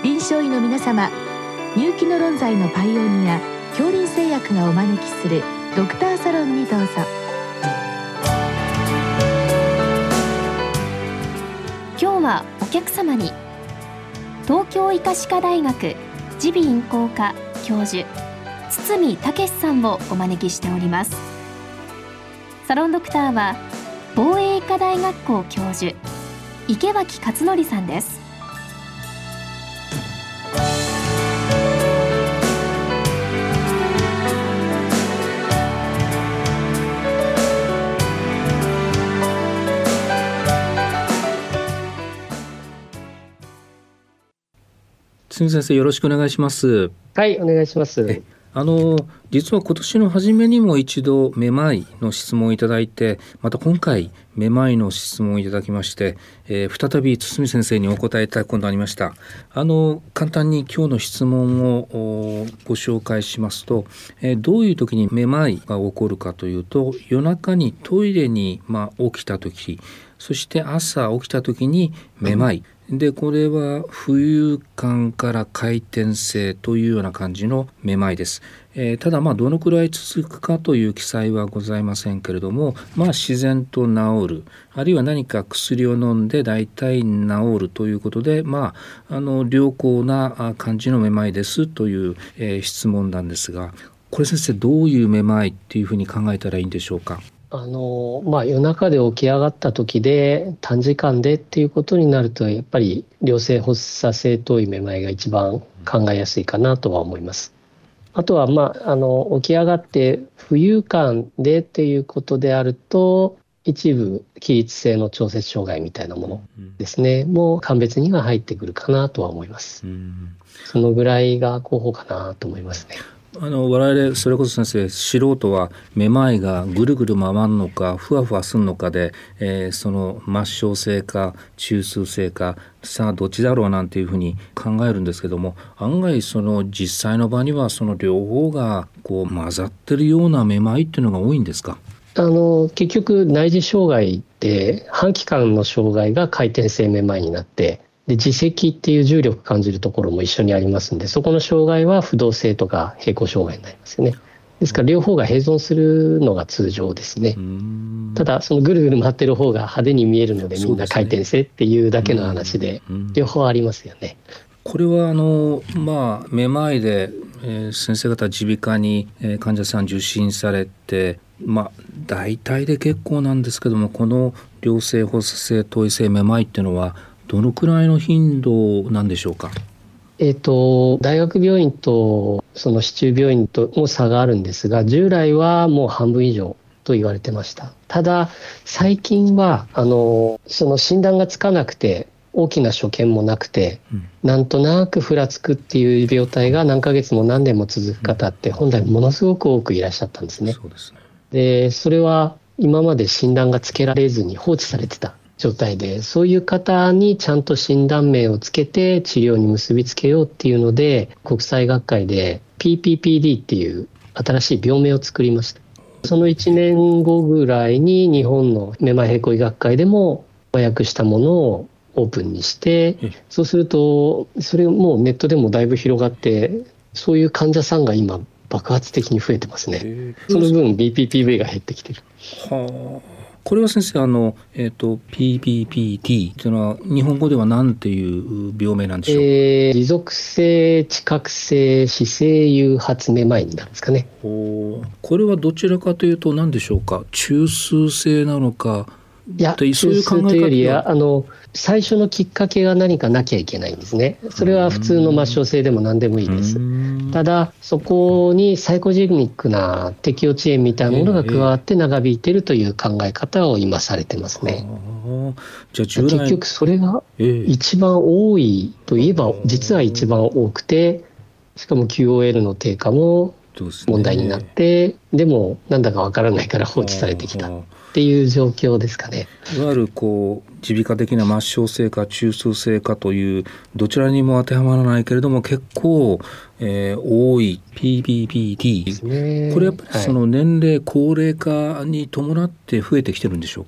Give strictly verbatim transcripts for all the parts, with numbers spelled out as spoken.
臨床医の皆様、入気の論剤のパイオニア恐林製薬がお招きするドクターサロンにどうぞ。 今日はお客様に東京医科歯科大学耳鼻咽喉科教授堤武さんをお招きしております。サロンドクターは防衛医科大学校教授池脇勝則さんです。 堤先生、よろしくお願いします。 はい、お願いします。 あの実は今年の初めにも一度めまいの質問をいただいて、また今回めまいの質問をいただきまして、えー、再び堤先生にお答えいただくことになりました。あの簡単に今日の質問をご紹介しますと、えー、どういう時にめまいが起こるかというと、夜中にトイレに、まあ、起きた時、そして朝起きた時にめまいで、これは浮遊感から回転性というような感じのめまいです。えー、ただまあどのくらい続くかという記載はございませんけれども、まあ自然と治る、あるいは何か薬を飲んでだいたい治るということで、まああの良好な感じのめまいですという、えー、質問なんですが、これ先生、どういうめまいっていうふうに考えたらいいんでしょうか。 あのまあ、夜中で起き上がった時で短時間でっていうことになると、やっぱり良性発作性頭位めまいが一番考えやすいかなとは思います。あとは、まあ、あの起き上がって浮遊感でっていうことであると、一部起立性の調節障害みたいなものですね、うん、もう鑑別には入ってくるかなとは思います。うん、そのぐらいが候補かなと思いますね。 あの我々それこそ先生、素人はめまいがぐるぐる回るのかふわふわするのかで、えー、その末梢性か中枢性かさあどっちだろうなんていうふうに考えるんですけども、案外その実際の場にはその両方がこう混ざってるようなめまいっていうのが多いんですか。 あの結局内耳障害って半規管の障害が回転性めまいになって、で耳石っていう重力感じるところも一緒にありますんで、そこの障害は不動性とか平行障害になりますよね。ですから両方が併存するのが通常ですね。ただそのぐるぐる回ってる方が派手に見えるので、みんな回転性っていうだけの話で、両方ありますよね。 これはあの、まあ、めまいで、えー、先生方耳鼻科に、えー、患者さん受診されて、まあ、大体で結構なんですけども、この良性発作性頭位性めまいっていうのはどのくらいの頻度なんでしょうか。 えーと、大学病院とその市中病院とも差があるんですが、従来はもう半分以上と言われてました。ただ最近はあのその診断がつかなくて、大きな所見もなくて、うん、なんとなくふらつくっていう病態が何ヶ月も何年も続く方って本来ものすごく多くいらっしゃったんですね。 そうですね。 でそれは今まで診断がつけられずに放置されてた状態で、そういう方にちゃんと診断名をつけて治療に結びつけようっていうので、国際学会で ピーピーピーディー っていう新しい病名を作りました。そのいちねんごぐらいに日本のめまい平行医学会でも和訳したものをオープンにして、そうするとそれもうネットでもだいぶ広がって、そういう患者さんが今爆発的に増えてますね。その分 ビーピーピーブイ が減ってきてる。 はあ。これは先生、あの、えーと、ピーピーピーディー というのは日本語では何ていう病名なんでしょう。 えー、持続性知覚性姿勢誘発めまいになるんですかね。 お、これはどちらかというと何でしょうか。中枢性なのか。 いや、中枢というよりはあの最初のきっかけが何かなきゃいけないんですね。それは普通の末梢性でも何でもいいです。ただそこにサイコジェニックな適応遅延みたいなものが加わって長引いているという考え方を今されてますね。 じゃあ従来結局それが一番多いといえば実は一番多くて、しかも キューオーエル の低下も問題になって、でもなんだかわからないから放置されてきたっていう状況ですかね。 いわゆるこう耳鼻科的な末梢性か中枢性かというどちらにも当てはまらないけれども結構、えー、多い ピーピーピーディー ですね。これやっぱりその年齢、はい、高齢化に伴って増えてきてるんでしょうか。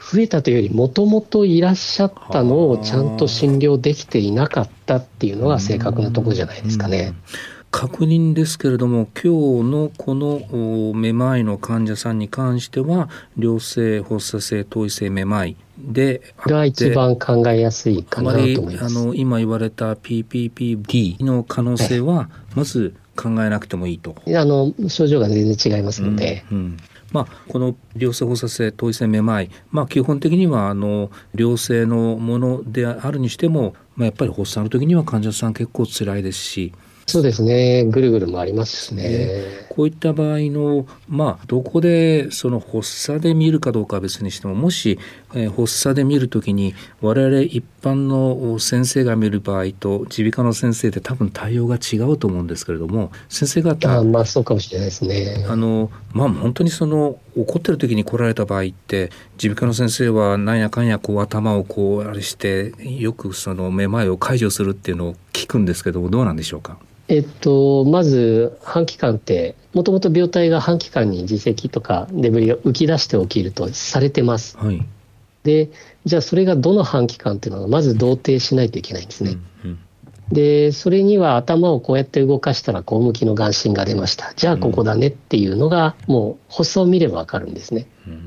増えたというよりもともといらっしゃったのをちゃんと診療できていなかったっていうのが正確なところじゃないですかね。 確認ですけれども、今日のこのめまいの患者さんに関しては良性発作性頭位性めまいでが一番考えやすいかなと思います。 あまりあの今言われた ピーピーピーディー の可能性はまず考えなくてもいいと。 あの症状が全然違いますので、 うんうんまあ、この良性発作性頭位性めまい、まあ、基本的にはあの良性のものであるにしても、まあ、やっぱり発作の時には患者さん結構辛いですし、 そうですね、ぐるぐるもありますしね。 こういった場合の、まあ、どこでその発作で見るかどうかは別にしても、もし、えー、発作で見るときに我々一般の先生が見る場合と耳鼻科の先生って多分対応が違うと思うんですけれども、先生方あまあそうかもしれないですね。 あの、まあ、本当にその怒ってる時に来られた場合って耳鼻科の先生はなんやかんやこう頭をこうあれしてよくそのめまいを解除するっていうのを聞くんですけども、どうなんでしょうか。 えっと、まず半気管ってもともと病態が半気管に耳石とかデブリが浮き出して起きるとされてます、はい、でじゃあそれがどの半気管っていうのがまず同定しないといけないんですね、うんうん、でそれには頭をこうやって動かしたらこう向きの眼振が出ました、じゃあここだねっていうのがもう発作を見ればわかるんですね、うん、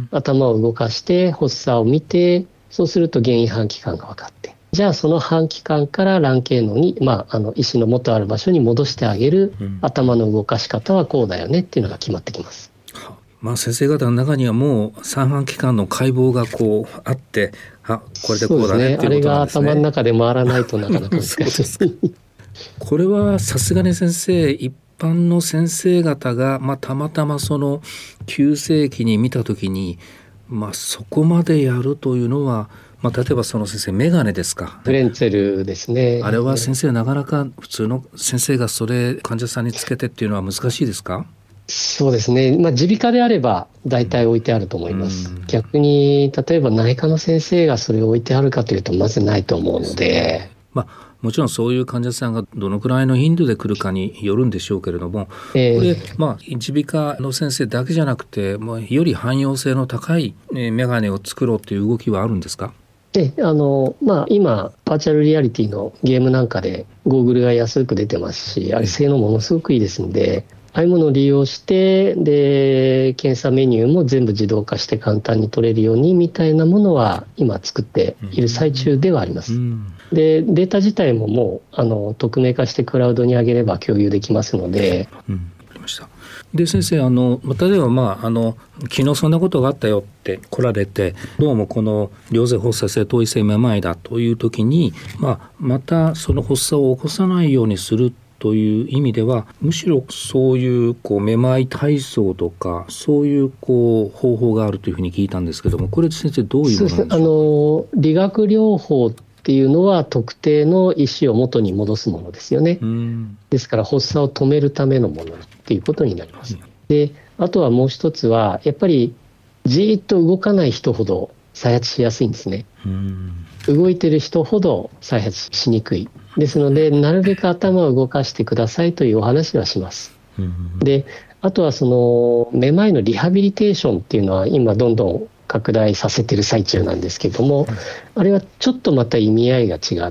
頭を動かして発作を見て、そうすると原因半気管が分かって、じゃあその半気管から卵形脳に、まあ、あの石の元ある場所に戻してあげる、うん、頭の動かし方はこうだよねっていうのが決まってきます。 まあ、先生方の中にはもう三半規管の解剖がこうあって、あこれでこうだねっていうことなんですね。 そうですね、あれが頭の中で回らないとなかなか難しいこれはさすがに先生、一般の先生方が、まあ、たまたまその急性期に見たときに、まあ、そこまでやるというのは、まあ、例えばその先生メガネですか、 フレンツェルですね。 あれは先生なかなか普通の先生がそれ患者さんにつけてっていうのは難しいですか。 そうですね、まあ、耳鼻科であれば大体置いてあると思います、うん、逆に例えば内科の先生がそれを置いてあるかというとまずないと思うので、 まあ、もちろんそういう患者さんがどのくらいの頻度で来るかによるんでしょうけれども、えー、これ、まあ、耳鼻科の先生だけじゃなくて、まあ、より汎用性の高いメガネを作ろうという動きはあるんですか。 であのまあ、今バーチャルリアリティのゲームなんかでゴーグルが安く出てますし、あれ性能ものすごくいいですので、ああいうものを利用してで検査メニューも全部自動化して簡単に取れるようにみたいなものは今作っている最中ではあります、うん、でデータ自体ももうあの匿名化してクラウドに上げれば共有できますので、うん、 ありました。で先生、あの例えば、まあ、あの昨日そんなことがあったよって来られて、どうもこの良性発作性頭位性めまいだという時に、まあ、またその発作を起こさないようにするという意味では、むしろそういうこうめまい体操とかそういうこう方法があるというふうに聞いたんですけども、これ先生どういうものなんでしょうか。 あの理学療法っていうのは特定の意思を元に戻すものですよね。うん、ですから発作を止めるためのものっていうことになります。はい、であとはもう一つはやっぱりじーっと動かない人ほど再発しやすいんですね。うん、動いてる人ほど再発しにくいですので、なるべく頭を動かしてくださいというお話はします。うん、であとはそのめまいのリハビリテーションっていうのは今どんどん拡大させてる最中なんですけども、あれはちょっとまた意味合いが違って、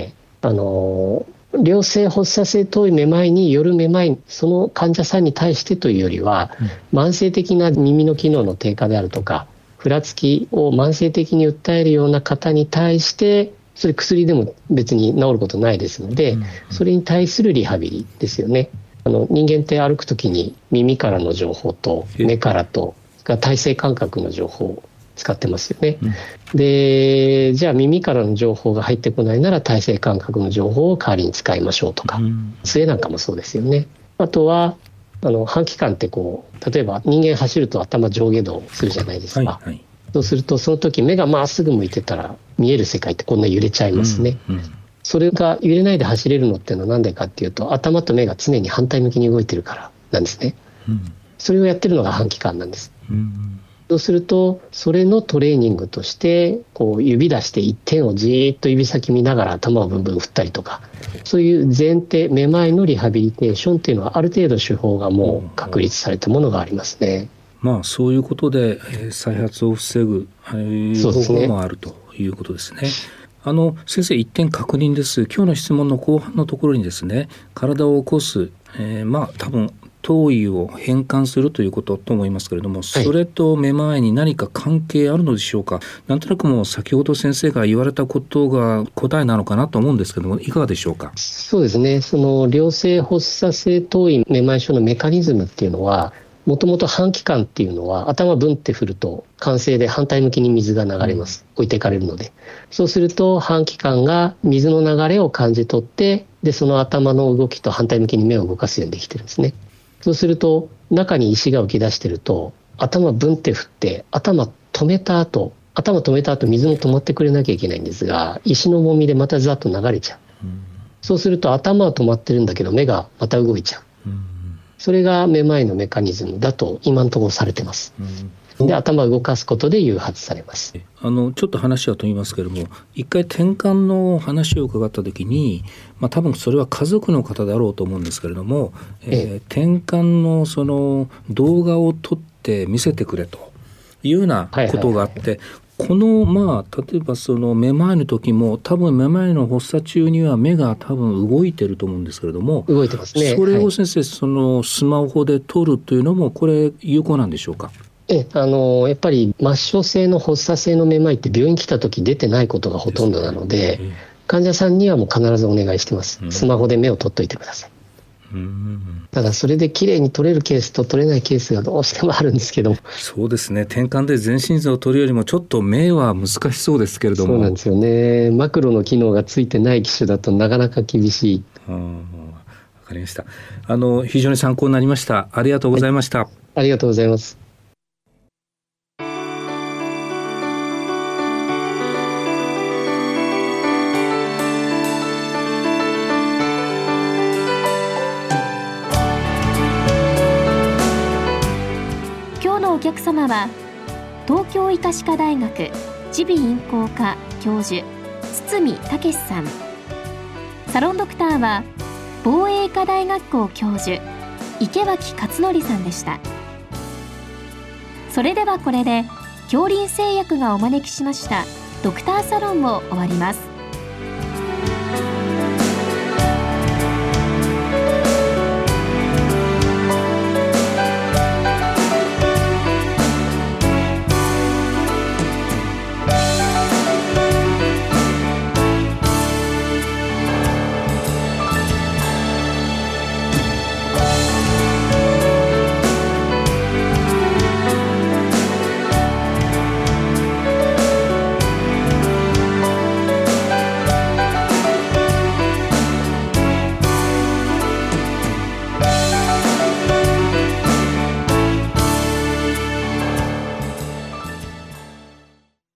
あの良性発作性頭位めまいによるめまい、その患者さんに対してというよりは、うん、慢性的な耳の機能の低下であるとかふらつきを慢性的に訴えるような方に対して、それ薬でも別に治ることないですので、うんうん、それに対するリハビリですよね。あの人間って歩くときに耳からの情報と目からと体性感覚の情報を使ってますよね。うん、でじゃあ耳からの情報が入ってこないなら体性感覚の情報を代わりに使いましょうとか、うん、杖なんかもそうですよね。あとはあの半気管ってこう例えば人間走ると頭上下動するじゃないですか。はいはい、そうするとその時目がまっすぐ向いてたら見える世界ってこんな揺れちゃいますね。うんうん、それが揺れないで走れるのっていうのは何でかっていうと、頭と目が常に反対向きに動いてるからなんですね。うん、それをやってるのが半気管なんです。うん、そうするとそれのトレーニングとしてこう指出して一点をじーっと指先見ながら頭をブンブン振ったりとか、そういう前提めまいのリハビリテーションっていうのはある程度手法がもう確立されたものがありますね。 まあ、そういうことで、えー、再発を防ぐ、えー、方法もあるということですね。あの先生、一点確認です。今日の質問の後半のところにですね、体を起こす、えー、まあ多分頭位を変換するということと思いますけれども、それとめまいに何か関係あるのでしょうか。はい、なんとなくもう先ほど先生が言われたことが答えなのかなと思うんですけども、いかがでしょうか。 そうですね、その良性発作性頭位めまい症のメカニズムっていうのは、もともと半気管っていうのは頭ブンって振ると慣性で反対向きに水が流れます、うん、置いていかれるので、そうすると半気管が水の流れを感じ取って、でその頭の動きと反対向きに目を動かすようにできてるんですね。そうすると中に石が浮き出してると、頭ブンって振って頭止めた後頭止めた後水も止まってくれなきゃいけないんですが、石の重みでまたざっと流れちゃう、うん、そうすると頭は止まってるんだけど目がまた動いちゃう、うん、それがめまいのメカニズムだと今のところされてます、うん、で頭を動かすことで誘発されます。 あのちょっと話は飛びますけれども、一回転換の話を伺った時に、まあ、多分それは家族の方だろうと思うんですけれども、ええー、転換のその動画を撮って見せてくれというようなことがあって、はいはいはい、このまあ例えばそのめまいの時も多分めまいの発作中には目が多分動いてると思うんですけれども、 動いてますね。 それを先生、はい、そのスマホで撮るというのもこれ有効なんでしょうか。 えあのやっぱり末梢性の発作性のめまいって病院来た時出てないことがほとんどなので、えー、患者さんにはもう必ずお願いしてます、うん、スマホで目を撮っといてください。うん、ただそれで綺麗に撮れるケースと撮れないケースがどうしてもあるんですけど。 そうですね、転換で全身図を撮るよりもちょっと目は難しそうですけれども。 そうなんですよね。マクロの機能がついてない機種だとなかなか厳しい。 わかりました。あの非常に参考になりました。ありがとうございました。はい、 ありがとうございます。 お客様は東京医科歯科大学耳鼻咽喉科教授堤武さん、サロンドクターは防衛医科大学校教授池脇勝則さんでした。それではこれで恐林製薬がお招きしましたドクターサロンを終わります。